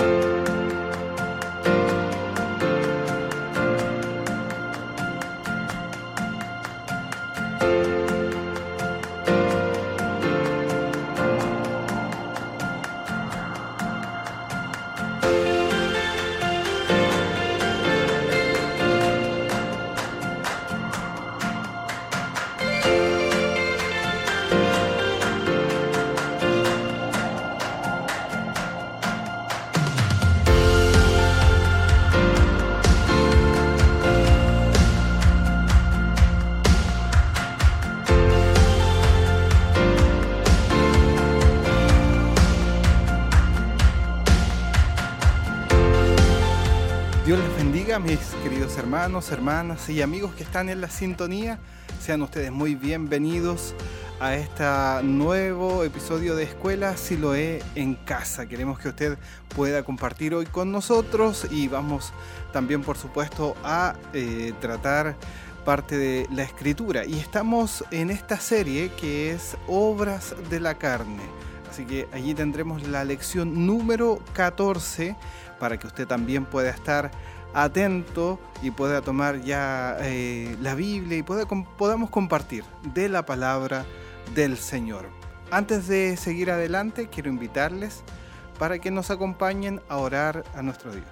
Dios les bendiga, mis queridos hermanos, hermanas y amigos que están en la sintonía. Sean ustedes muy bienvenidos a este nuevo episodio de Escuela Siloé en Casa. Queremos que usted pueda compartir hoy con nosotros y vamos también, por supuesto, a tratar parte de la Escritura. Y estamos en esta serie que es Obras de la Carne. Así que allí tendremos la lección número 14 para que usted también pueda estar atento y pueda tomar ya la Biblia y podamos compartir de la palabra del Señor. Antes de seguir adelante, quiero invitarles para que nos acompañen a orar a nuestro Dios.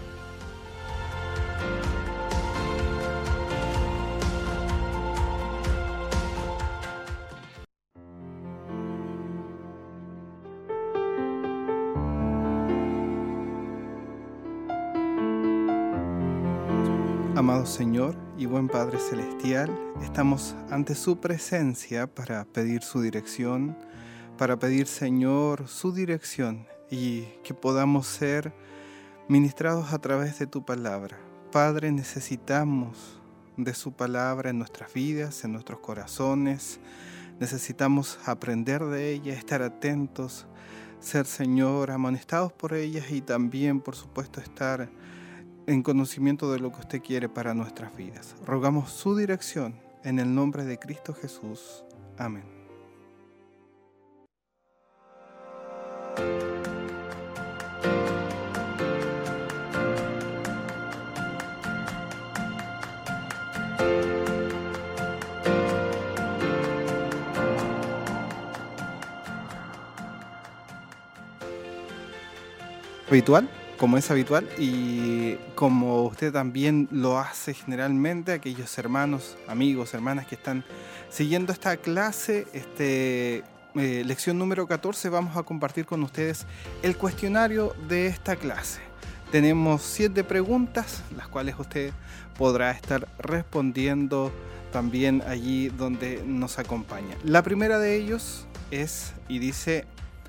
Amado Señor y buen Padre Celestial, estamos ante su presencia para pedir su dirección, para pedir, Señor, su dirección y que podamos ser ministrados a través de tu palabra. Padre, necesitamos de su palabra en nuestras vidas, en nuestros corazones. Necesitamos aprender de ella, estar atentos, ser, Señor, amonestados por ellas y también, por supuesto, estar en conocimiento de lo que usted quiere para nuestras vidas. Rogamos su dirección en el nombre de Cristo Jesús. Amén. Habitual, como es habitual y como usted también lo hace generalmente, aquellos hermanos, amigos, hermanas que están siguiendo esta clase, lección número 14, vamos a compartir con ustedes el cuestionario de esta clase. Tenemos 7 preguntas, las cuales usted podrá estar respondiendo también allí donde nos acompaña. La primera de ellos es, y dice,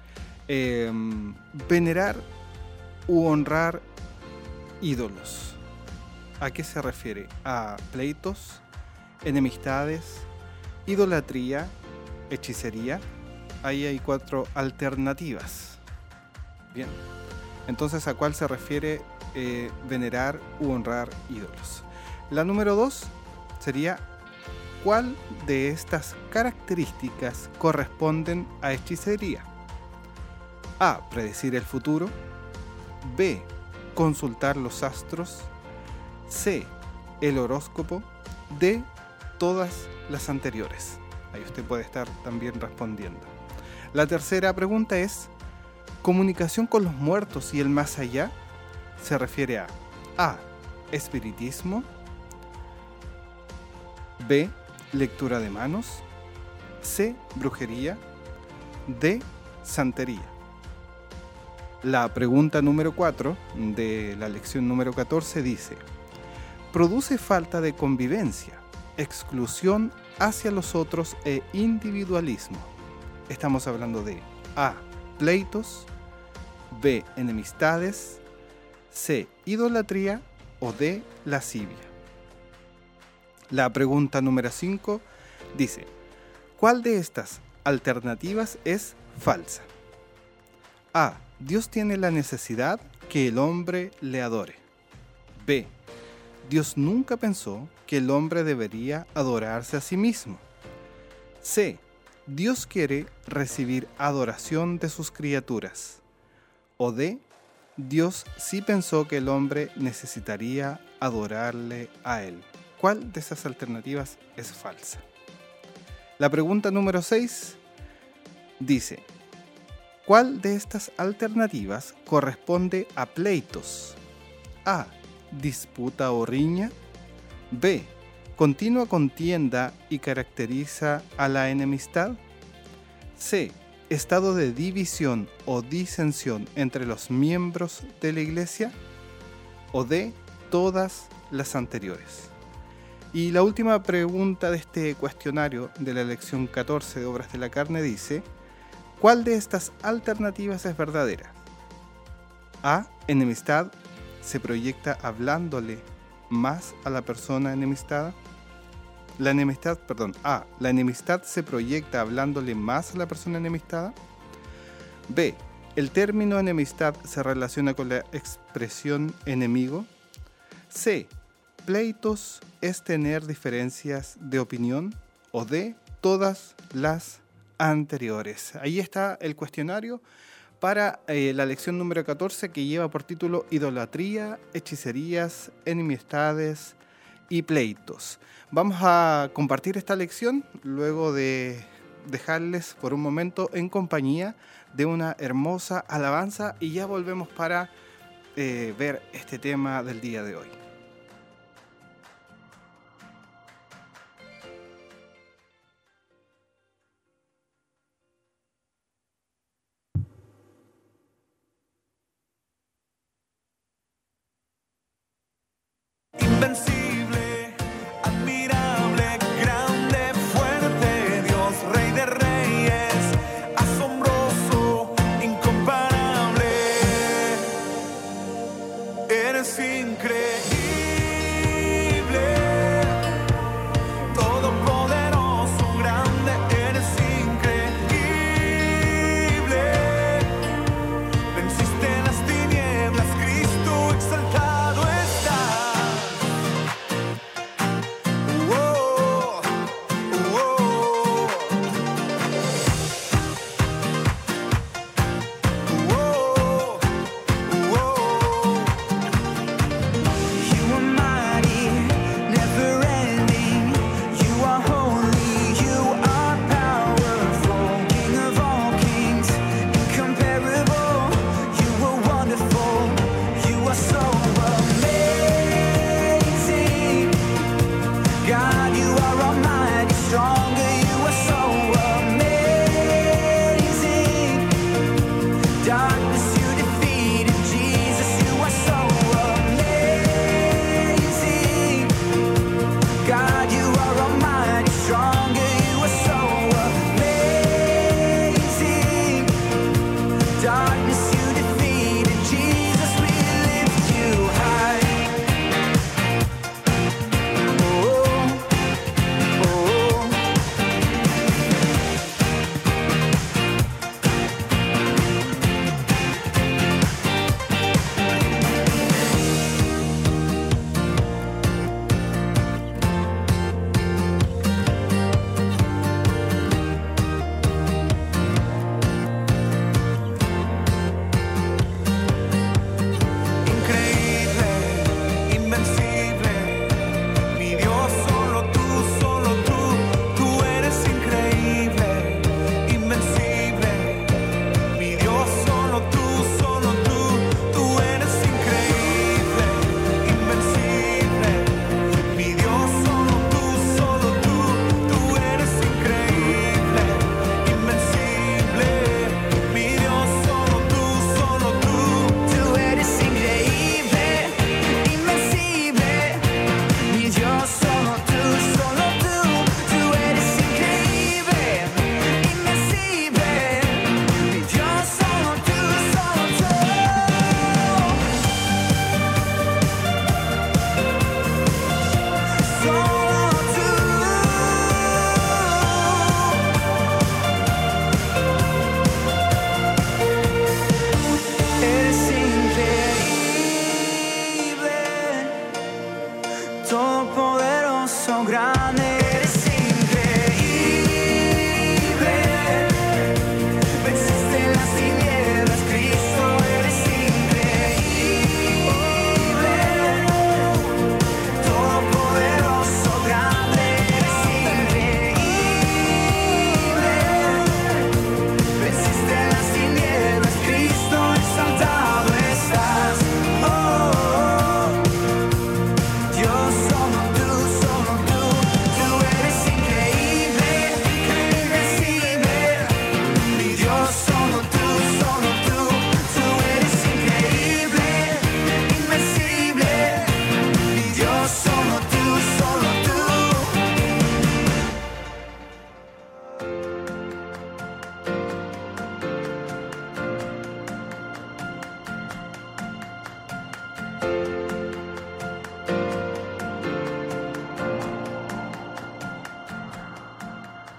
venerar u honrar ídolos. ¿A qué se refiere? A pleitos, enemistades, idolatría, hechicería. Ahí hay 4 alternativas. Bien, entonces ¿a cuál se refiere venerar u honrar ídolos? La número 2 sería: ¿cuál de estas características corresponden a hechicería? A, predecir el futuro. B, consultar los astros. C, el horóscopo. D, todas las anteriores. Ahí usted puede estar también respondiendo. La tercera pregunta es: ¿comunicación con los muertos y el más allá? Se refiere a espiritismo. B, lectura de manos. C, brujería. D, santería. La pregunta número 4 de la lección número 14 dice: produce falta de convivencia, exclusión hacia los otros e individualismo. Estamos hablando de A, pleitos. B, enemistades. C, idolatría. O D, lascivia. La pregunta número 5 dice: ¿cuál de estas alternativas es falsa? A, Dios tiene la necesidad que el hombre le adore. B, Dios nunca pensó que el hombre debería adorarse a sí mismo. C, Dios quiere recibir adoración de sus criaturas. O D, Dios sí pensó que el hombre necesitaría adorarle a Él. ¿Cuál de esas alternativas es falsa? La pregunta número 6 dice: ¿cuál de estas alternativas corresponde a pleitos? A. Disputa o riña. B. Continua contienda y caracteriza a la enemistad. C. Estado de división o disensión entre los miembros de la iglesia. O D. Todas las anteriores. Y la última pregunta de este cuestionario de la lección 14 de Obras de la Carne dice: ¿cuál de estas alternativas es verdadera? A. Enemistad se proyecta hablándole más a la persona enemistada. La enemistad se proyecta hablándole más a la persona enemistada. B. El término enemistad se relaciona con la expresión enemigo. C. Pleitos es tener diferencias de opinión. O D. Todas las anteriores. Ahí está el cuestionario para la lección número 14, que lleva por título Idolatría, hechicerías, enemistades y pleitos. Vamos a compartir esta lección luego de dejarles por un momento en compañía de una hermosa alabanza y ya volvemos para ver este tema del día de hoy. Invencible, admirable, grande, fuerte, Dios, Rey de Reyes, asombroso, incomparable. Eres increíble.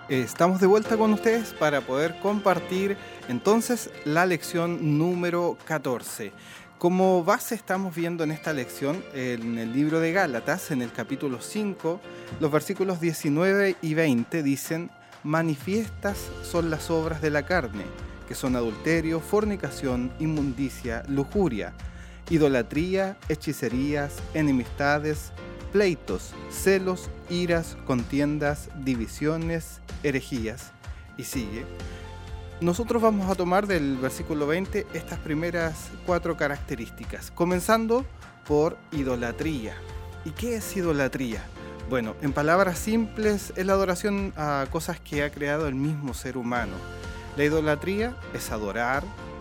Estamos de vuelta con ustedes para poder compartir entonces la lección número 14. Como base estamos viendo en esta lección en el libro de Gálatas, en el capítulo 5, los versículos 19 y 20 dicen: manifiestas son las obras de la carne, que son adulterio, fornicación, inmundicia, lujuria, idolatría, hechicerías, enemistades, pleitos, celos, iras, contiendas, divisiones, herejías, y sigue. Nosotros vamos a tomar del versículo 20 estas primeras 4 características, comenzando por idolatría. ¿Y qué es idolatría? Bueno, en palabras simples, es la adoración a cosas que ha creado el mismo ser humano. La idolatría es adorar,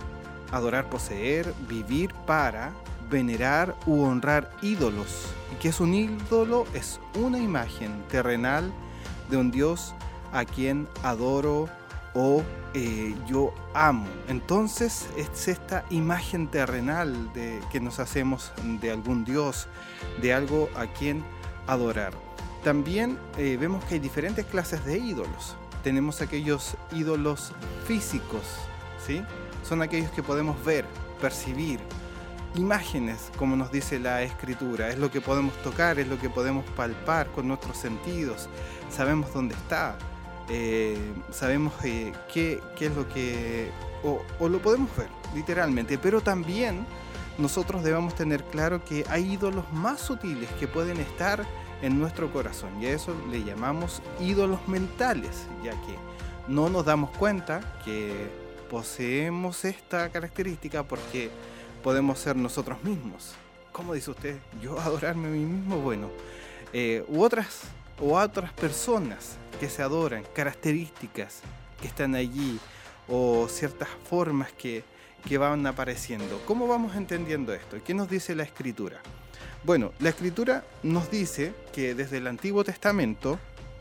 poseer, vivir para, venerar u honrar ídolos. ¿Y qué es un ídolo? Es una imagen terrenal de un Dios a quien adoro o yo amo. Entonces es esta imagen terrenal que nos hacemos de algún Dios, de algo a quien adorar. También vemos que hay diferentes clases de ídolos. Tenemos aquellos ídolos físicos, ¿sí? Son aquellos que podemos ver, percibir. Imágenes, como nos dice la Escritura, es lo que podemos tocar, es lo que podemos palpar con nuestros sentidos. Sabemos dónde está, sabemos qué es lo que... o lo podemos ver, literalmente. Pero también nosotros debemos tener claro que hay ídolos más sutiles que pueden estar en nuestro corazón, y a eso le llamamos ídolos mentales, ya que no nos damos cuenta que poseemos esta característica porque podemos ser nosotros mismos. ¿Cómo dice usted? ¿Yo adorarme a mí mismo? Bueno, u otras personas que se adoran, características que están allí o ciertas formas que van apareciendo. ¿Cómo vamos entendiendo esto? ¿Qué nos dice la Escritura? Bueno, la Escritura nos dice que desde el Antiguo Testamento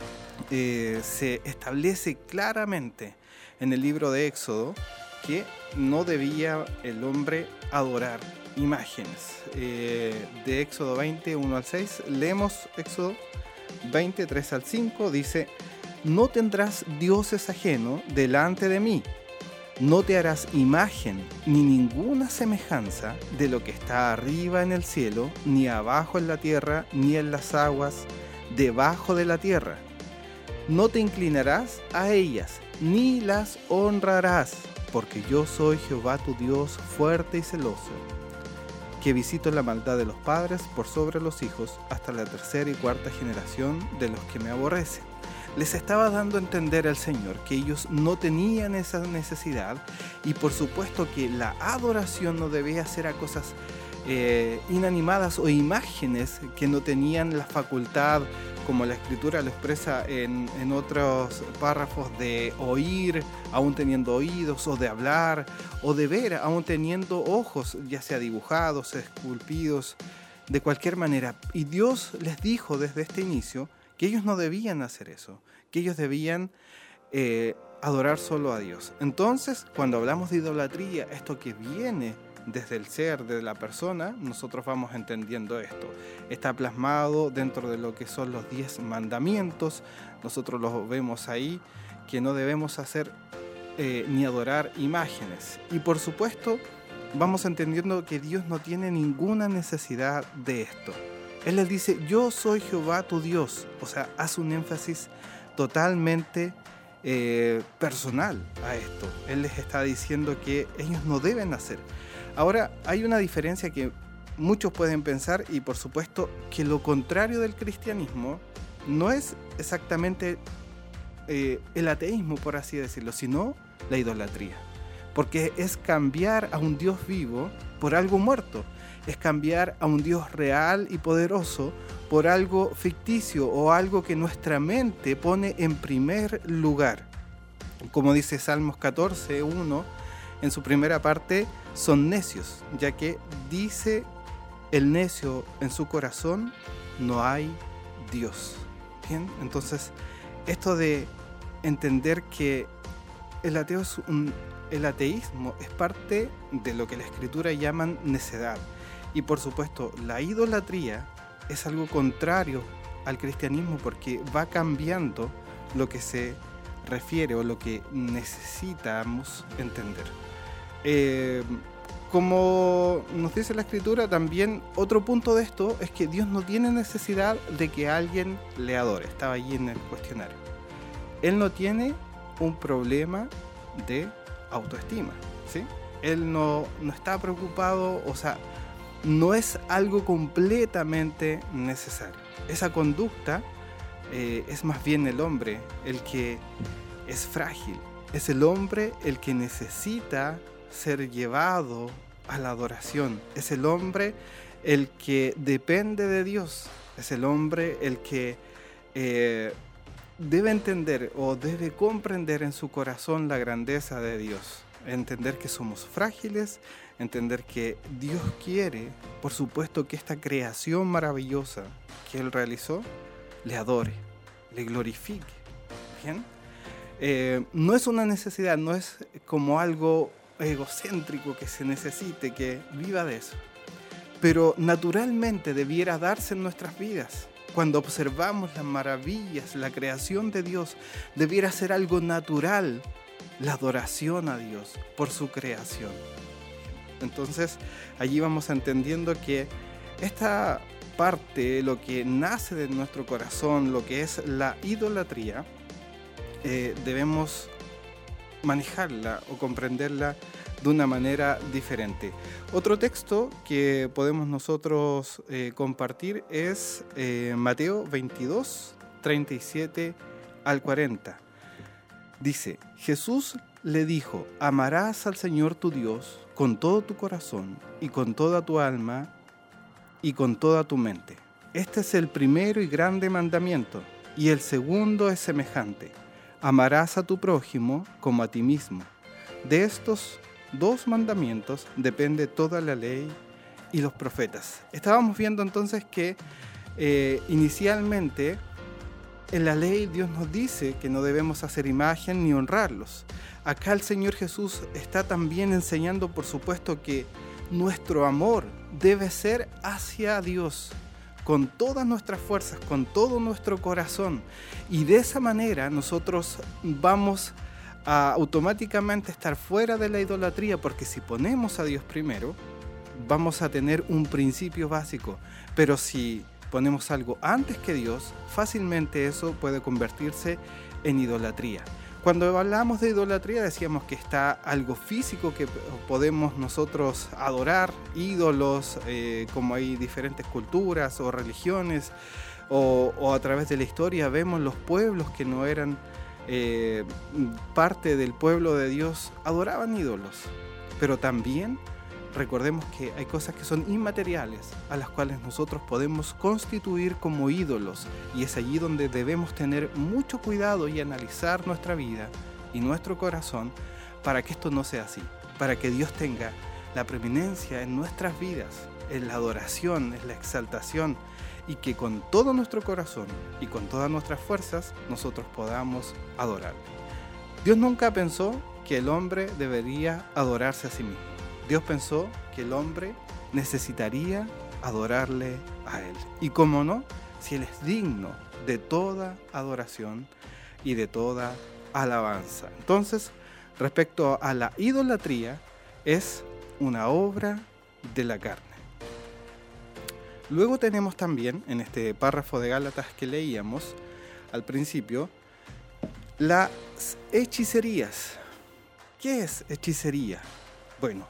se establece claramente en el libro de Éxodo que no debía el hombre adorar imágenes. De Éxodo 20, 1 al 6, leemos Éxodo 20, 3 al 5, dice: no tendrás dioses ajenos delante de mí, no te harás imagen ni ninguna semejanza de lo que está arriba en el cielo, ni abajo en la tierra, ni en las aguas debajo de la tierra. No te inclinarás a ellas, ni las honrarás, porque yo soy Jehová tu Dios, fuerte y celoso, que visito la maldad de los padres por sobre los hijos hasta la 3ª y 4ª generación de los que me aborrecen. Les estaba dando a entender al Señor que ellos no tenían esa necesidad, y por supuesto que la adoración no debía ser a cosas inanimadas o imágenes que no tenían la facultad, como la Escritura lo expresa en otros párrafos, de oír aún teniendo oídos, o de hablar, o de ver aún teniendo ojos, ya sea dibujados, esculpidos, de cualquier manera. Y Dios les dijo desde este inicio que ellos no debían hacer eso, que ellos debían adorar solo a Dios. Entonces, cuando hablamos de idolatría, esto que viene desde el ser de la persona, nosotros vamos entendiendo esto. Está plasmado dentro de lo que son los 10 mandamientos. Nosotros los vemos ahí, que no debemos hacer ni adorar imágenes. Y por supuesto, vamos entendiendo que Dios no tiene ninguna necesidad de esto. Él les dice: yo soy Jehová tu Dios. O sea, hace un énfasis totalmente personal a esto. Él les está diciendo que ellos no deben hacer. Ahora, hay una diferencia que muchos pueden pensar, y por supuesto que lo contrario del cristianismo no es exactamente el ateísmo, por así decirlo, sino la idolatría. Porque es cambiar a un Dios vivo por algo muerto. Es cambiar a un Dios real y poderoso por algo ficticio o algo que nuestra mente pone en primer lugar. Como dice Salmos 14, 1, en su primera parte: son necios, ya que dice el necio en su corazón: no hay Dios. Bien, entonces esto de entender que el ateísmo es parte de lo que la Escritura llaman necedad. Y por supuesto, la idolatría es algo contrario al cristianismo, porque va cambiando lo que se refiere o lo que necesitamos entender. Como nos dice la Escritura, también otro punto de esto es que Dios no tiene necesidad de que alguien le adore. Estaba allí en el cuestionario. Él no tiene un problema de autoestima, ¿sí? Él no está preocupado, o sea, no es algo completamente necesario. Esa conducta es más bien el hombre el que es frágil. Es el hombre el que necesita ser llevado a la adoración. Es el hombre el que depende de Dios. Es el hombre el que debe entender o debe comprender en su corazón la grandeza de Dios. Entender que somos frágiles, entender que Dios quiere, por supuesto, que esta creación maravillosa que Él realizó, le adore, le glorifique. ¿Bien? No es una necesidad, no es como algo egocéntrico que se necesite, que viva de eso. Pero naturalmente debiera darse en nuestras vidas. Cuando observamos las maravillas, la creación de Dios, debiera ser algo natural, la adoración a Dios por su creación. Entonces, allí vamos entendiendo que esta parte, lo que nace de nuestro corazón, lo que es la idolatría, debemos manejarla o comprenderla de una manera diferente. Otro texto que podemos nosotros compartir es Mateo 22, 37 al 40. Dice: Jesús le dijo: amarás al Señor tu Dios con todo tu corazón y con toda tu alma y con toda tu mente. Este es el primero y grande mandamiento, y el segundo es semejante: amarás a tu prójimo como a ti mismo. De estos dos mandamientos depende toda la ley y los profetas. Estábamos viendo entonces que inicialmente en la ley Dios nos dice que no debemos hacer imagen ni honrarlos. Acá el Señor Jesús está también enseñando, por supuesto, que nuestro amor debe ser hacia Dios con todas nuestras fuerzas, con todo nuestro corazón. Y de esa manera nosotros vamos a automáticamente estar fuera de la idolatría, porque si ponemos a Dios primero, vamos a tener un principio básico. Pero si ponemos algo antes que Dios, fácilmente eso puede convertirse en idolatría. Cuando hablamos de idolatría decíamos que está algo físico que podemos nosotros adorar, ídolos, como hay diferentes culturas o religiones, o a través de la historia vemos los pueblos que no eran parte del pueblo de Dios, adoraban ídolos. Pero también recordemos que hay cosas que son inmateriales, a las cuales nosotros podemos constituir como ídolos, y es allí donde debemos tener mucho cuidado y analizar nuestra vida y nuestro corazón para que esto no sea así, para que Dios tenga la preeminencia en nuestras vidas, en la adoración, en la exaltación, y que con todo nuestro corazón y con todas nuestras fuerzas nosotros podamos adorarle. Dios nunca pensó que el hombre debería adorarse a sí mismo. Dios pensó que el hombre necesitaría adorarle a Él. Y cómo no, si Él es digno de toda adoración y de toda alabanza. Entonces, respecto a la idolatría, es una obra de la carne. Luego tenemos también, en este párrafo de Gálatas que leíamos al principio, las hechicerías. ¿Qué es hechicería? Bueno,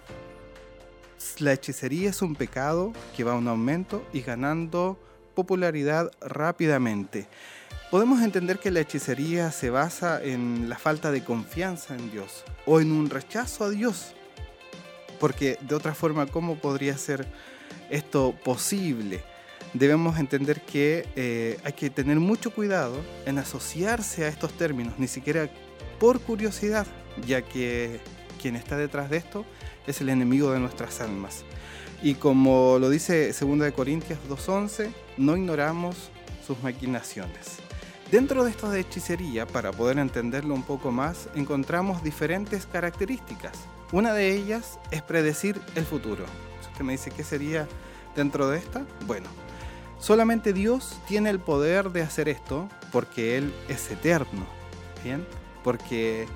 la hechicería es un pecado que va a un aumento y ganando popularidad rápidamente. Podemos entender que la hechicería se basa en la falta de confianza en Dios o en un rechazo a Dios, porque de otra forma, ¿cómo podría ser esto posible? Debemos entender que hay que tener mucho cuidado en asociarse a estos términos, ni siquiera por curiosidad, ya que quien está detrás de esto es el enemigo de nuestras almas. Y como lo dice 2 Corintios 2:11, no ignoramos sus maquinaciones. Dentro de esto de hechicería, para poder entenderlo un poco más, encontramos diferentes características. Una de ellas es predecir el futuro. Usted me dice, ¿qué sería dentro de esta? Bueno, solamente Dios tiene el poder de hacer esto porque Él es eterno. ¿Bien? porque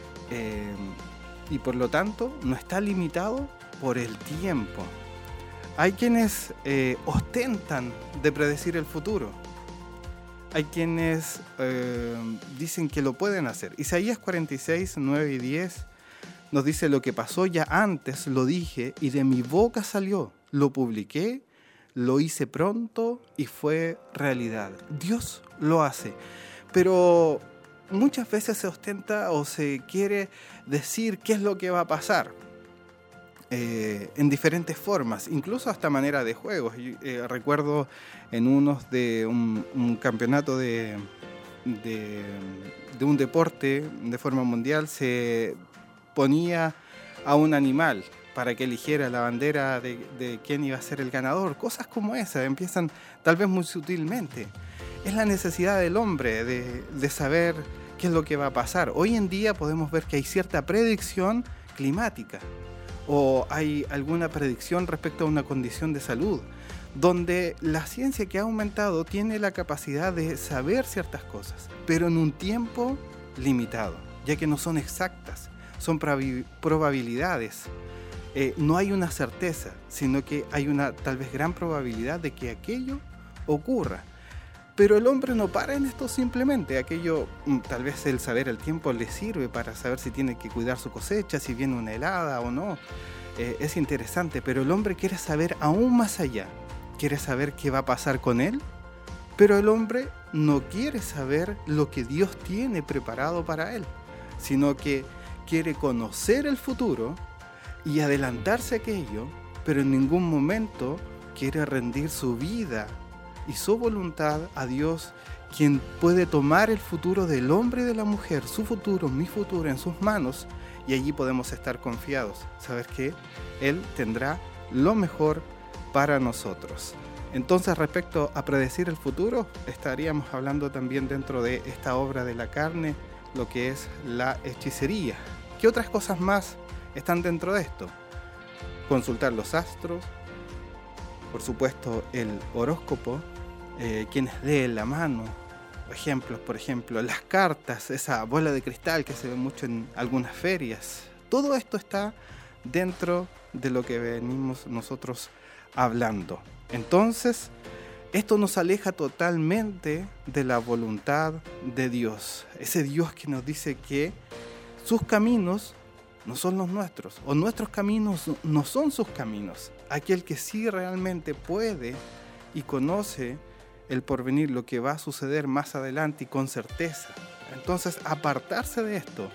y por lo tanto no está limitado por el tiempo. Hay quienes ostentan de predecir el futuro. Hay quienes dicen que lo pueden hacer. Isaías 46, 9 y 10 nos dice: lo que pasó ya antes lo dije y de mi boca salió. Lo publiqué, lo hice pronto y fue realidad. Dios lo hace. Pero muchas veces se ostenta o se quiere decir qué es lo que va a pasar. En diferentes formas, incluso hasta manera de juegos. Recuerdo en unos de un campeonato de un deporte de forma mundial, se ponía a un animal para que eligiera la bandera de quién iba a ser el ganador. Cosas como esas empiezan tal vez muy sutilmente. Es la necesidad del hombre de saber qué es lo que va a pasar. Hoy en día podemos ver que hay cierta predicción climática, o hay alguna predicción respecto a una condición de salud, donde la ciencia que ha aumentado tiene la capacidad de saber ciertas cosas, pero en un tiempo limitado, ya que no son exactas, son probabilidades. No hay una certeza, sino que hay una tal vez gran probabilidad de que aquello ocurra. Pero el hombre no para en esto simplemente. Aquello, tal vez el saber el tiempo le sirve para saber si tiene que cuidar su cosecha, si viene una helada o no. Es interesante, pero el hombre quiere saber aún más allá. Quiere saber qué va a pasar con él, pero el hombre no quiere saber lo que Dios tiene preparado para él, sino que quiere conocer el futuro y adelantarse a aquello, pero en ningún momento quiere rendir su vida y su voluntad a Dios, quien puede tomar el futuro del hombre y de la mujer, su futuro, mi futuro, en sus manos, y allí podemos estar confiados, saber que Él tendrá lo mejor para nosotros. Entonces, respecto a predecir el futuro, estaríamos hablando también dentro de esta obra de la carne, lo que es la hechicería. ¿Qué otras cosas más están dentro de esto? Consultar los astros, por supuesto el horóscopo, quienes leen la mano, ejemplos, por ejemplo, las cartas, esa bola de cristal que se ve mucho en algunas ferias. Todo esto está dentro de lo que venimos nosotros hablando. Entonces, esto nos aleja totalmente de la voluntad de Dios. Ese Dios que nos dice que sus caminos no son los nuestros, o nuestros caminos no son sus caminos. Aquel que sí realmente puede y conoce el porvenir, lo que va a suceder más adelante y con certeza. Entonces, apartarse de esto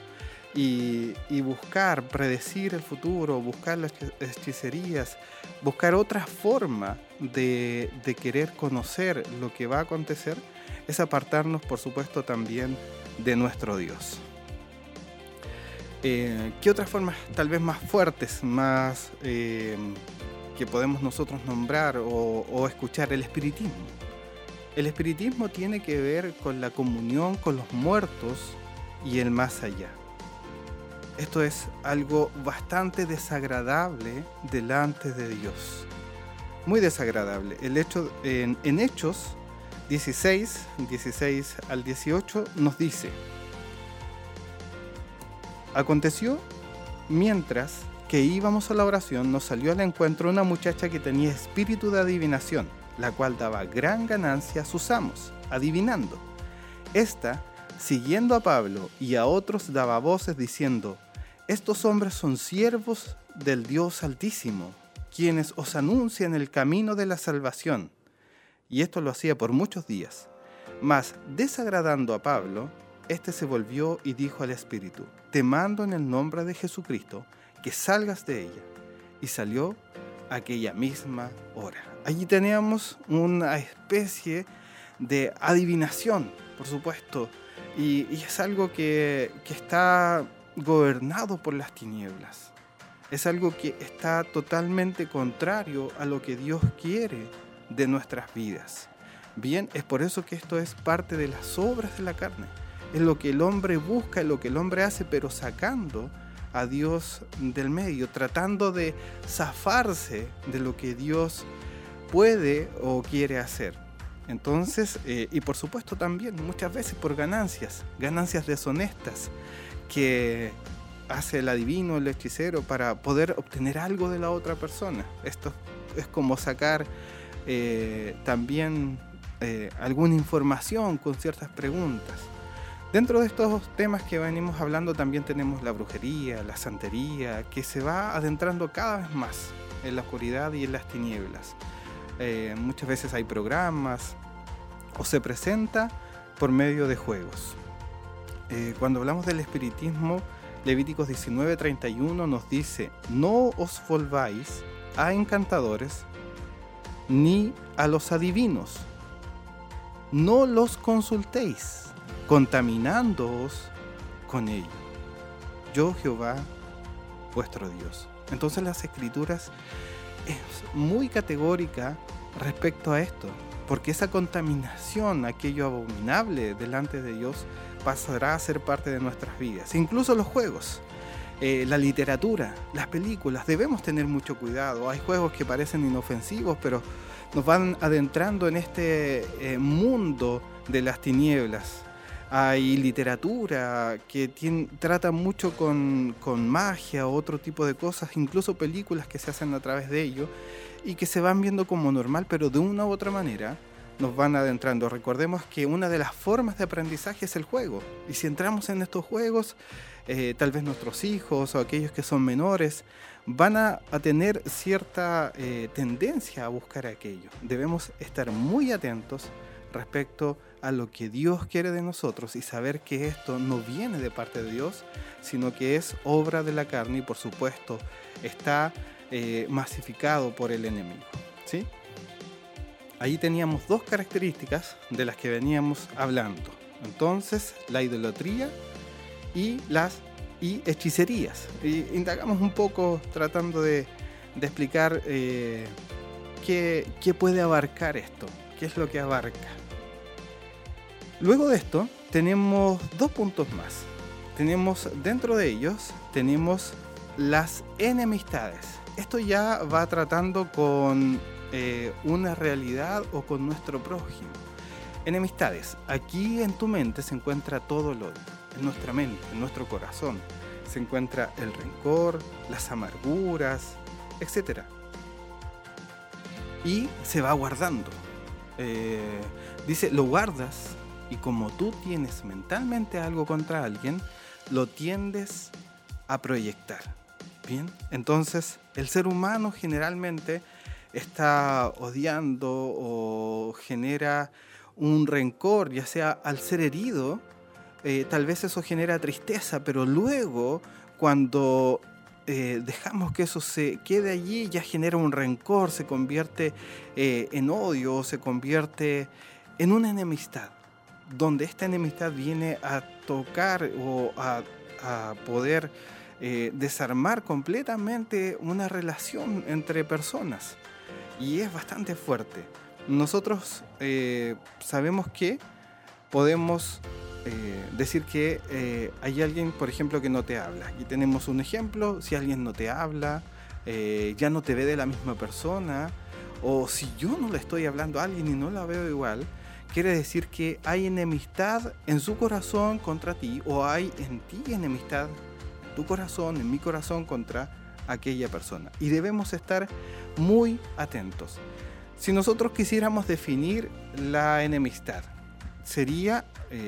y buscar, predecir el futuro, buscar las hechicerías, buscar otra forma de querer conocer lo que va a acontecer, es apartarnos, por supuesto, también de nuestro Dios. ¿Qué otras formas tal vez más fuertes, más que podemos nosotros nombrar o escuchar? El espiritismo. El espiritismo tiene que ver con la comunión con los muertos y el más allá. Esto es algo bastante desagradable delante de Dios. Muy desagradable. El hecho, en Hechos 16 al 18 nos dice: aconteció mientras que íbamos a la oración, nos salió al encuentro una muchacha que tenía espíritu de adivinación, la cual daba gran ganancia a sus amos, adivinando. Esta, siguiendo a Pablo y a otros, daba voces diciendo: estos hombres son siervos del Dios Altísimo, quienes os anuncian el camino de la salvación. Y esto lo hacía por muchos días. Mas, desagradando a Pablo, este se volvió y dijo al espíritu: te mando en el nombre de Jesucristo que salgas de ella. Y salió aquella misma hora. Allí teníamos una especie de adivinación, por supuesto, y es algo que está gobernado por las tinieblas. Es algo que está totalmente contrario a lo que Dios quiere de nuestras vidas. Bien, es por eso que esto es parte de las obras de la carne. Es lo que el hombre busca, es lo que el hombre hace, pero sacando a Dios del medio, tratando de zafarse de lo que Dios puede o quiere hacer. Entonces, y por supuesto también muchas veces por ganancias deshonestas que hace el adivino, el hechicero, para poder obtener algo de la otra persona. Esto es como sacar también alguna información con ciertas preguntas. Dentro de estos temas que venimos hablando también tenemos la brujería, la santería, que se va adentrando cada vez más en la oscuridad y en las tinieblas. Muchas veces hay programas o se presenta por medio de juegos. Cuando hablamos del espiritismo, Levíticos 19:31 nos dice: no os volváis a encantadores ni a los adivinos, no los consultéis, contaminándoos con ello. Yo, Jehová, vuestro Dios. Entonces las Escrituras es muy categórica respecto a esto, porque esa contaminación, aquello abominable delante de Dios, pasará a ser parte de nuestras vidas. Incluso los juegos, la literatura, las películas, debemos tener mucho cuidado. Hay juegos que parecen inofensivos, pero nos van adentrando en este mundo de las tinieblas. Hay literatura que trata mucho con magia o otro tipo de cosas, incluso películas que se hacen a través de ello y que se van viendo como normal, pero de una u otra manera nos van adentrando. Recordemos que una de las formas de aprendizaje es el juego, y si entramos en estos juegos, tal vez nuestros hijos o aquellos que son menores van a tener cierta tendencia a buscar aquello. Debemos estar muy atentos respecto a lo que Dios quiere de nosotros y saber que esto no viene de parte de Dios, sino que es obra de la carne y por supuesto está masificado por el enemigo, ¿sí? Ahí teníamos dos características de las que veníamos hablando. Entonces, la idolatría y hechicerías. Y indagamos un poco tratando de explicar qué puede abarcar esto, qué es lo que abarca. Luego de esto, tenemos dos puntos más. Dentro de ellos, tenemos las enemistades. Esto ya va tratando con una realidad o con nuestro prójimo. Enemistades. Aquí en tu mente se encuentra todo el odio. En nuestra mente, en nuestro corazón, se encuentra el rencor, las amarguras, etc. Y se va guardando. Dice, lo guardas y como tú tienes mentalmente algo contra alguien, lo tiendes a proyectar. Bien, entonces el ser humano generalmente está odiando o genera un rencor, ya sea al ser herido, tal vez eso genera tristeza, pero luego cuando dejamos que eso se quede allí, ya genera un rencor, se convierte en odio, se convierte en una enemistad, donde esta enemistad viene a tocar o a poder desarmar completamente una relación entre personas, y es bastante fuerte. Nosotros sabemos que podemos decir que hay alguien, por ejemplo, que no te habla. Aquí tenemos un ejemplo: si alguien no te habla, ya no te ve de la misma persona, o si yo no le estoy hablando a alguien y no la veo igual, quiere decir que hay enemistad en su corazón contra ti, o hay en ti enemistad, en tu corazón, en mi corazón, contra aquella persona. Y debemos estar muy atentos. Si nosotros quisiéramos definir la enemistad, sería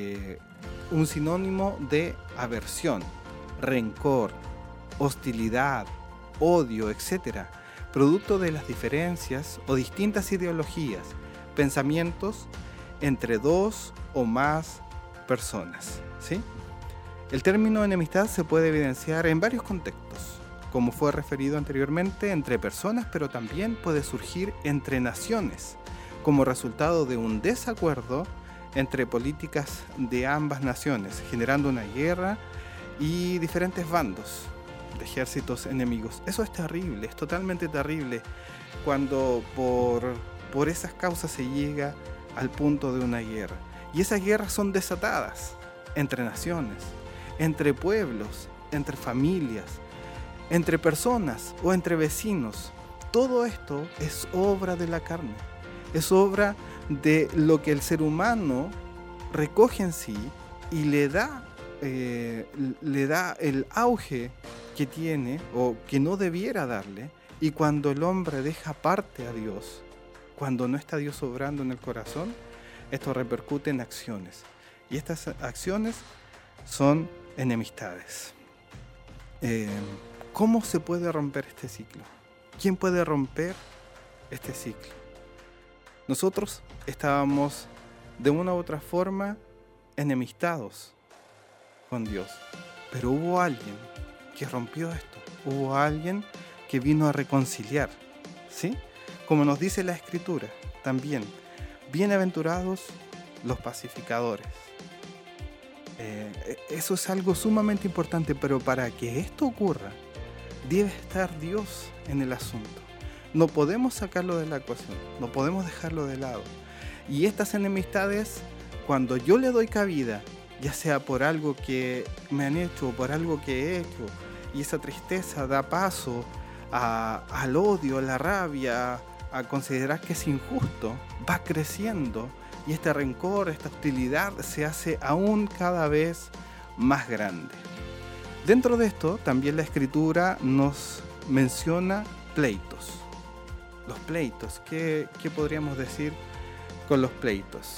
un sinónimo de aversión, rencor, hostilidad, odio, etc., producto de las diferencias o distintas ideologías, pensamientos entre dos o más personas, ¿sí? El término enemistad se puede evidenciar en varios contextos, como fue referido anteriormente, entre personas, pero también puede surgir entre naciones, como resultado de un desacuerdo entre políticas de ambas naciones, generando una guerra y diferentes bandos de ejércitos enemigos. Eso es terrible, es totalmente terrible cuando por esas causas se llega al punto de una guerra. Y esas guerras son desatadas entre naciones, entre pueblos, entre familias, entre personas o entre vecinos. Todo esto es obra de la carne, es obra de lo que el ser humano recoge en sí y le da el auge que tiene o que no debiera darle. Y cuando el hombre deja parte a Dios, cuando no está Dios obrando en el corazón, esto repercute en acciones. Y estas acciones son enemistades. ¿Cómo se puede romper este ciclo? ¿Quién puede romper este ciclo? Nosotros estábamos de una u otra forma enemistados con Dios, pero hubo alguien que rompió esto, hubo alguien que vino a reconciliar, ¿sí? Como nos dice la Escritura también, bienaventurados los pacificadores. Eso es algo sumamente importante, pero para que esto ocurra, debe estar Dios en el asunto. No podemos sacarlo de la ecuación, no podemos dejarlo de lado. Y estas enemistades, cuando yo le doy cabida, ya sea por algo que me han hecho o por algo que he hecho, y esa tristeza da paso al odio, a la rabia, a considerar que es injusto, va creciendo y este rencor, esta hostilidad se hace aún cada vez más grande. Dentro de esto, también la Escritura nos menciona pleitos. Los pleitos, ¿qué podríamos decir con los pleitos?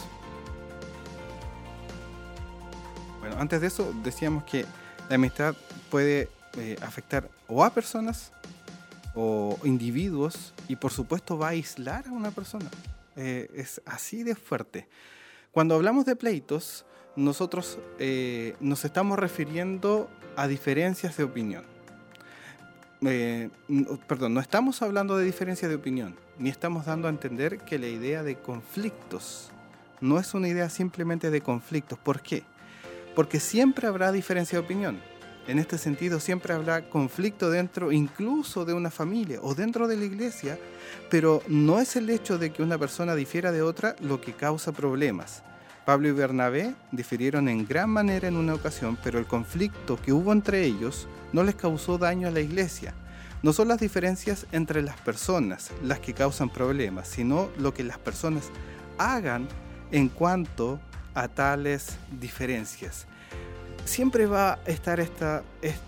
Bueno, antes de eso decíamos que la amistad puede afectar o a personas o individuos y por supuesto va a aislar a una persona. Es así de fuerte. Cuando hablamos de pleitos, nosotros nos estamos refiriendo a diferencias de opinión. No estamos hablando de diferencias de opinión, ni estamos dando a entender que la idea de conflictos no es una idea simplemente de conflictos. ¿Por qué? Porque siempre habrá diferencia de opinión. En este sentido, siempre habrá conflicto dentro incluso de una familia o dentro de la iglesia, pero no es el hecho de que una persona difiera de otra lo que causa problemas. Pablo y Bernabé difirieron en gran manera en una ocasión, pero el conflicto que hubo entre ellos no les causó daño a la iglesia. No son las diferencias entre las personas las que causan problemas, sino lo que las personas hagan en cuanto a tales diferencias. Siempre va a estar esta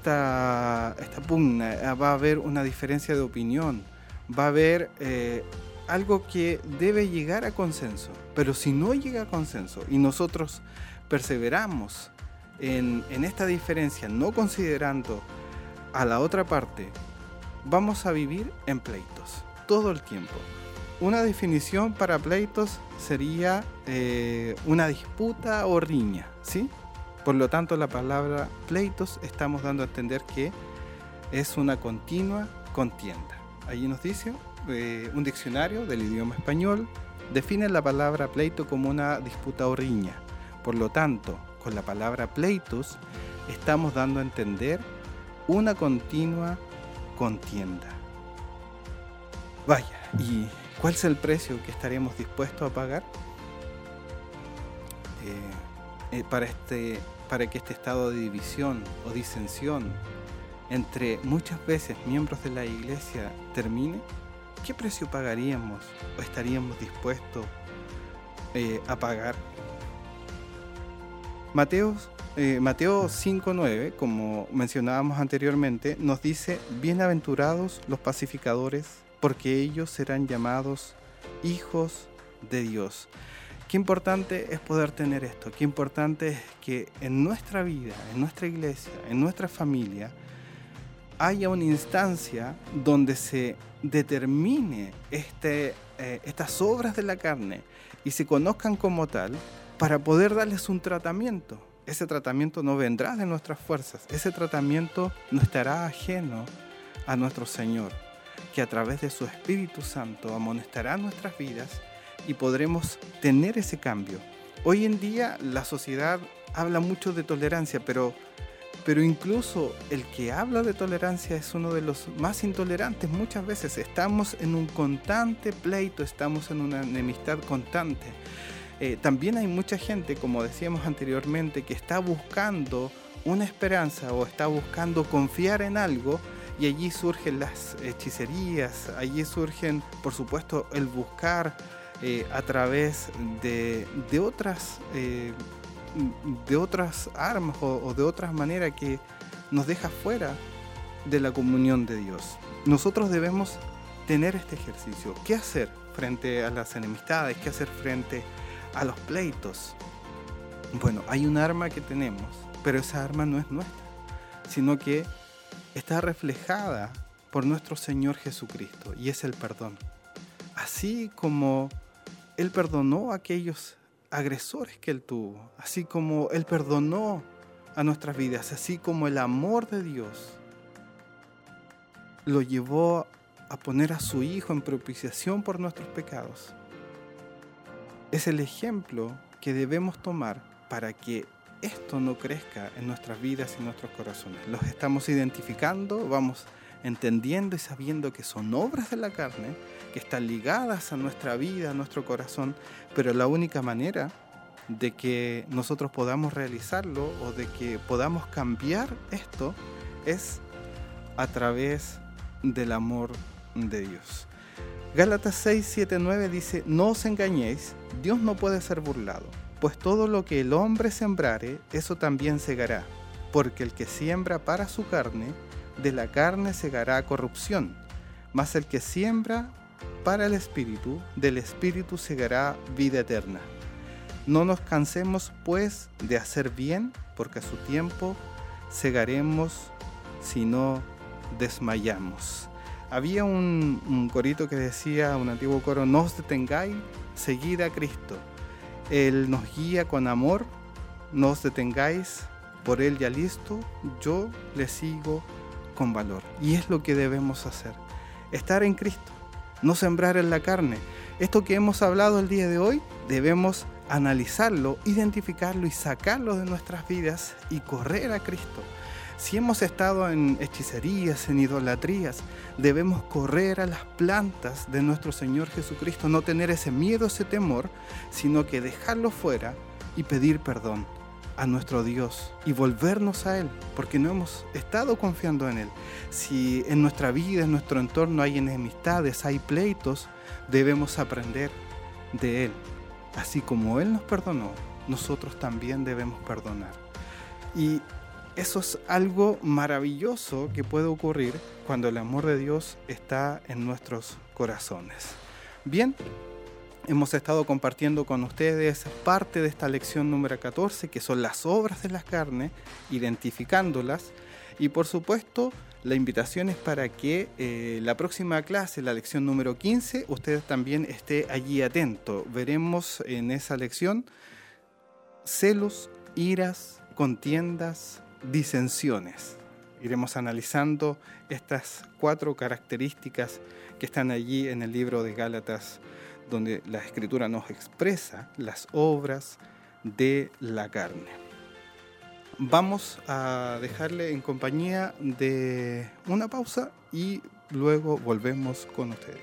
pugna, va a haber una diferencia de opinión, va a haber algo que debe llegar a consenso. Pero si no llega a consenso y nosotros perseveramos en esta diferencia, no considerando a la otra parte, vamos a vivir en pleitos todo el tiempo. Una definición para pleitos sería una disputa o riña, ¿sí? Por lo tanto, la palabra pleitos estamos dando a entender que es una continua contienda. Allí nos dice un diccionario del idioma español, define la palabra pleito como una disputa o riña. Por lo tanto, con la palabra pleitos estamos dando a entender una continua contienda. Vaya, ¿y cuál es el precio que estaremos dispuestos a pagar para que este estado de división o disensión entre muchas veces miembros de la iglesia termine? ¿Qué precio pagaríamos o estaríamos dispuestos a pagar? Mateo 5:9, como mencionábamos anteriormente, nos dice: bienaventurados los pacificadores, porque ellos serán llamados hijos de Dios. Qué importante es poder tener esto, qué importante es que en nuestra vida, en nuestra iglesia, en nuestra familia, haya una instancia donde se determine estas obras de la carne y se conozcan como tal para poder darles un tratamiento. Ese tratamiento no vendrá de nuestras fuerzas, ese tratamiento no estará ajeno a nuestro Señor, que a través de su Espíritu Santo amonestará nuestras vidas y podremos tener ese cambio. Hoy en día la sociedad habla mucho de tolerancia, pero incluso el que habla de tolerancia es uno de los más intolerantes. Muchas veces estamos en un constante pleito, estamos en una enemistad constante. También hay mucha gente, como decíamos anteriormente, que está buscando una esperanza o está buscando confiar en algo, y allí surgen las hechicerías, allí surgen, por supuesto, el buscar a través de otras armas o de otras maneras que nos deja fuera de la comunión de Dios. Nosotros debemos tener este ejercicio. ¿Qué hacer frente a las enemistades? ¿Qué hacer frente a los pleitos? Bueno, hay un arma que tenemos, pero esa arma no es nuestra, sino que está reflejada por nuestro Señor Jesucristo, y es el perdón. Así como Él perdonó a aquellos agresores que Él tuvo, así como Él perdonó a nuestras vidas, así como el amor de Dios lo llevó a poner a su Hijo en propiciación por nuestros pecados. Es el ejemplo que debemos tomar para que esto no crezca en nuestras vidas y en nuestros corazones. Los estamos identificando, vamos entendiendo y sabiendo que son obras de la carne, que están ligadas a nuestra vida, a nuestro corazón, pero la única manera de que nosotros podamos realizarlo o de que podamos cambiar esto es a través del amor de Dios. Gálatas 6, 7, 9 dice: no os engañéis, Dios no puede ser burlado, pues todo lo que el hombre sembrare, eso también segará, porque el que siembra para su carne, de la carne segará corrupción, mas el que siembra para el Espíritu, del Espíritu segará vida eterna. No nos cansemos pues de hacer bien, porque a su tiempo segaremos si no desmayamos. Había un corito que decía, un antiguo coro: no os detengáis, seguid a Cristo. Él nos guía con amor, no os detengáis, por Él ya listo, yo le sigo con valor. Y es lo que debemos hacer, estar en Cristo, no sembrar en la carne. Esto que hemos hablado el día de hoy, debemos analizarlo, identificarlo y sacarlo de nuestras vidas y correr a Cristo. Si hemos estado en hechicerías, en idolatrías, debemos correr a las plantas de nuestro Señor Jesucristo, no tener ese miedo, ese temor, sino que dejarlo fuera y pedir perdón a nuestro Dios y volvernos a Él, porque no hemos estado confiando en Él. Si en nuestra vida, en nuestro entorno hay enemistades, hay pleitos, debemos aprender de Él. Así como Él nos perdonó, nosotros también debemos perdonar. Y eso es algo maravilloso que puede ocurrir cuando el amor de Dios está en nuestros corazones. Bien, hemos estado compartiendo con ustedes parte de esta lección número 14, que son las obras de la carne, identificándolas. Y por supuesto, la invitación es para que la próxima clase, la lección número 15, ustedes también esté allí atento. Veremos en esa lección celos, iras, contiendas, disensiones. Iremos analizando estas 4 características que están allí en el libro de Gálatas, donde la Escritura nos expresa las obras de la carne. Vamos a dejarle en compañía de una pausa y luego volvemos con ustedes.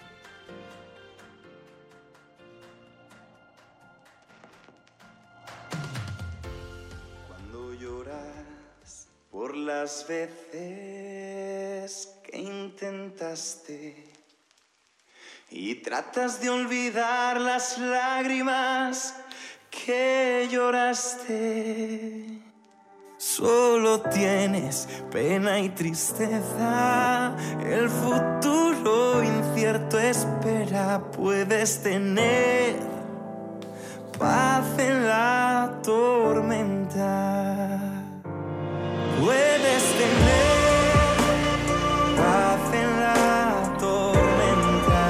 Cuando lloras por las veces que intentaste y tratas de olvidar las lágrimas que lloraste, solo tienes pena y tristeza, el futuro incierto espera. Puedes tener paz en la tormenta, puedes tener paz en la tormenta,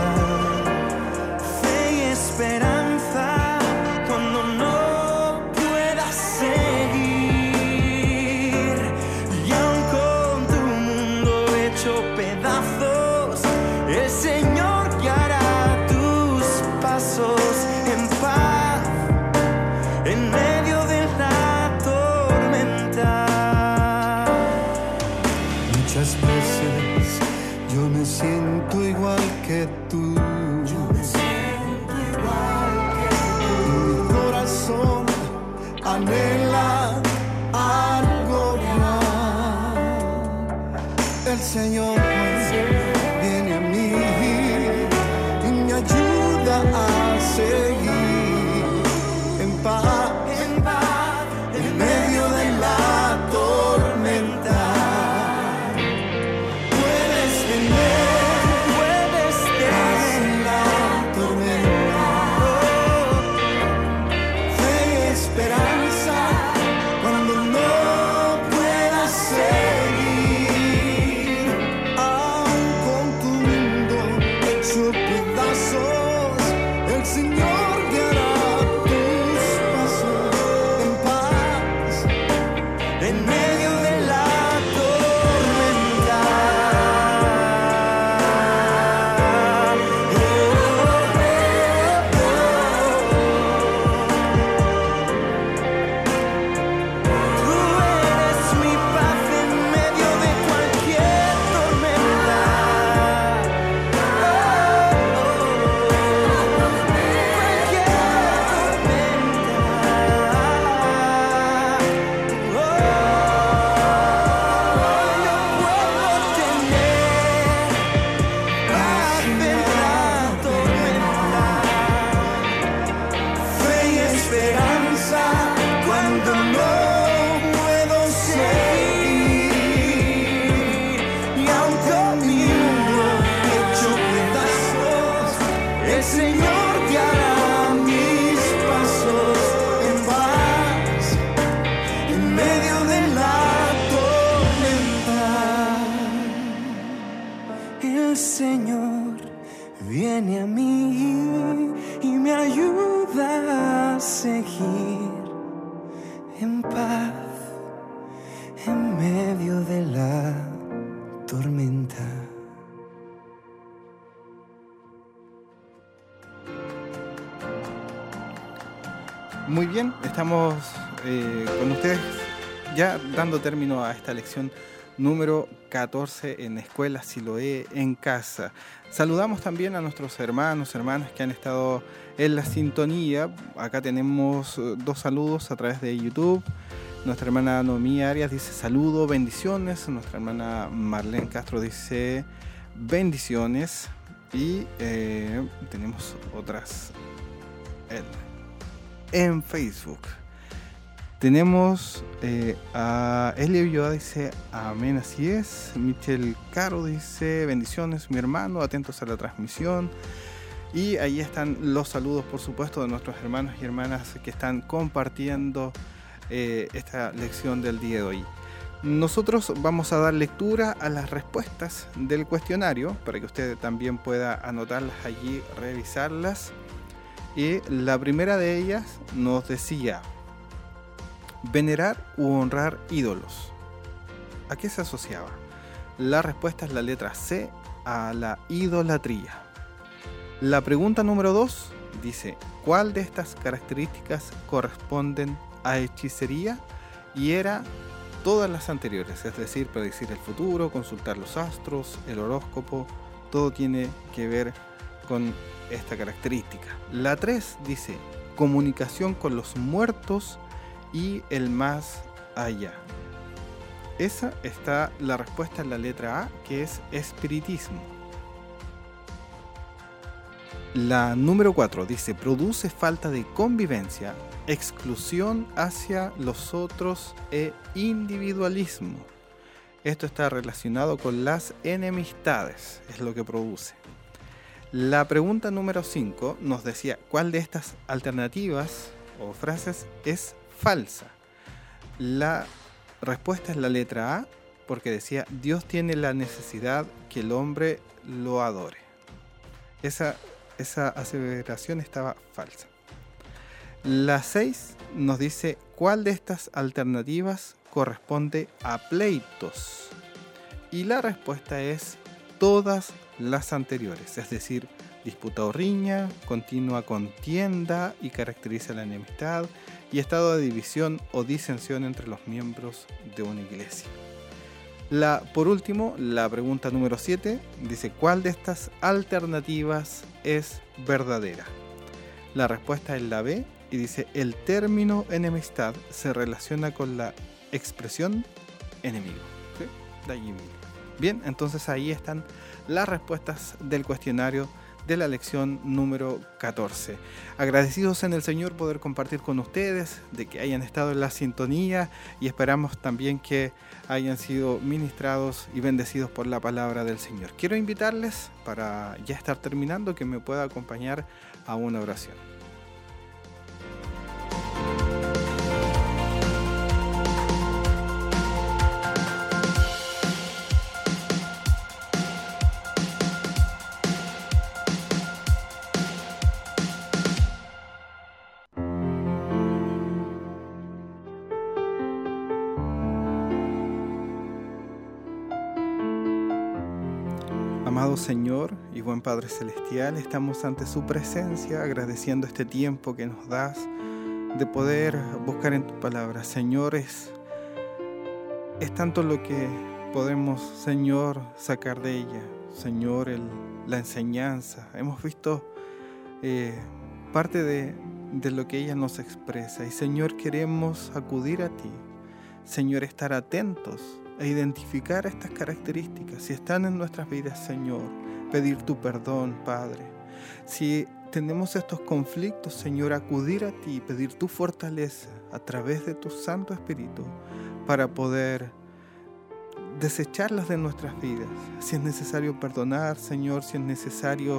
fe y esperanza cuando no puedas seguir, y aun con tu mundo hecho pedazos, el Señor guiará tus pasos en paz en medio de la tormenta. Muchas veces yo me siento igual que tú. Mi corazón anhela algo más. El Señor viene a mí y me ayuda a El Señor viene a mí y me ayuda a seguir en paz en medio de la tormenta. Muy bien, estamos con ustedes ya dando término a esta lección número 14 en Escuela Siloé en Casa. Saludamos también a nuestros hermanos, hermanas que han estado en la sintonía. Acá tenemos 2 saludos a través de YouTube. Nuestra hermana Noemí Arias dice saludo, bendiciones. Nuestra hermana Marlene Castro dice bendiciones. Y tenemos otras en Facebook. Tenemos a Elia Ulloa, dice amén, así es. Michelle Caro dice bendiciones, mi hermano, atentos a la transmisión. Y ahí están los saludos, por supuesto, de nuestros hermanos y hermanas que están compartiendo esta lección del día de hoy. Nosotros vamos a dar lectura a las respuestas del cuestionario para que usted también pueda anotarlas allí, revisarlas. Y la primera de ellas nos decía: venerar u honrar ídolos. ¿A qué se asociaba? La respuesta es la letra C, a la idolatría. La pregunta número 2 dice: ¿cuál de estas características corresponden a hechicería? Y era todas las anteriores, es decir, predecir el futuro, consultar los astros, el horóscopo, todo tiene que ver con esta característica. La 3 dice: comunicación con los muertos y el más allá. Esa está la respuesta en la letra A, que es espiritismo. La número 4 dice: produce falta de convivencia, exclusión hacia los otros e individualismo. Esto está relacionado con las enemistades, es lo que produce. La pregunta número 5 nos decía: ¿cuál de estas alternativas o frases es falsa? La respuesta es la letra A, porque decía: Dios tiene la necesidad que el hombre lo adore. Esa aseveración estaba falsa. La 6 nos dice: ¿cuál de estas alternativas corresponde a pleitos? Y la respuesta es todas las anteriores, es decir, disputa o riña, continua contienda y caracteriza la enemistad y estado de división o disensión entre los miembros de una iglesia. Por último, la pregunta número 7 dice: ¿cuál de estas alternativas es verdadera? La respuesta es la B y dice: el término enemistad se relaciona con la expresión enemigo. ¿Sí? De allí mismo. Bien, entonces ahí están las respuestas del cuestionario de la lección número 14. Agradecidos en el Señor poder compartir con ustedes, de que hayan estado en la sintonía, y esperamos también que hayan sido ministrados y bendecidos por la palabra del Señor. Quiero invitarles, para ya estar terminando, que me pueda acompañar a una oración. Amado Señor y buen Padre Celestial, estamos ante su presencia agradeciendo este tiempo que nos das de poder buscar en tu palabra. Señor, es tanto lo que podemos, Señor, sacar de ella. Señor, la enseñanza. Hemos visto parte de lo que ella nos expresa. Y Señor, queremos acudir a ti. Señor, estar atentos e identificar estas características. Si están en nuestras vidas, Señor, pedir tu perdón, Padre. Si tenemos estos conflictos, Señor, acudir a ti, pedir tu fortaleza a través de tu Santo Espíritu para poder desecharlas de nuestras vidas. Si es necesario perdonar, Señor, si es necesario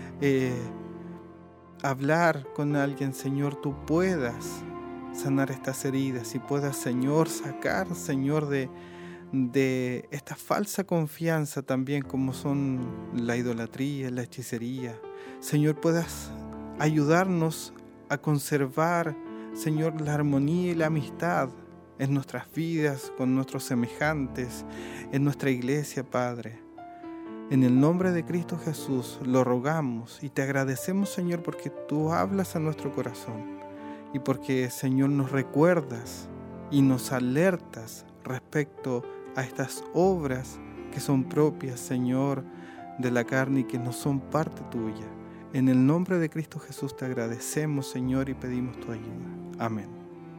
hablar con alguien, Señor, tú puedas sanar estas heridas y puedas, Señor, sacar, Señor, de de esta falsa confianza también, como son la idolatría, la hechicería. Señor, puedas ayudarnos a conservar, Señor, la armonía y la amistad en nuestras vidas, con nuestros semejantes, en nuestra iglesia, Padre. En el nombre de Cristo Jesús lo rogamos y te agradecemos, Señor, porque tú hablas a nuestro corazón y porque, Señor, nos recuerdas y nos alertas respecto a estas obras que son propias, Señor, de la carne y que no son parte tuya. En el nombre de Cristo Jesús te agradecemos, Señor, y pedimos tu ayuda. Amén.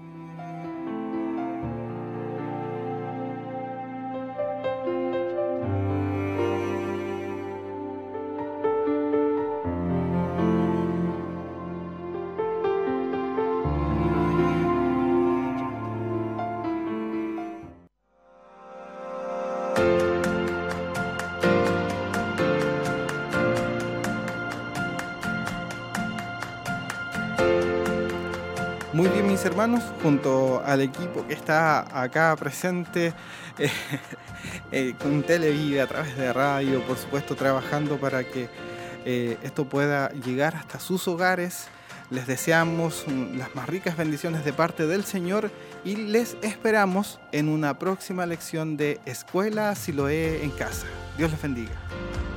Muy bien, mis hermanos, junto al equipo que está acá presente con Televida, a través de radio, por supuesto, trabajando para que esto pueda llegar hasta sus hogares. Les deseamos las más ricas bendiciones de parte del Señor y les esperamos en una próxima lección de Escuela Siloé en Casa. Dios les bendiga.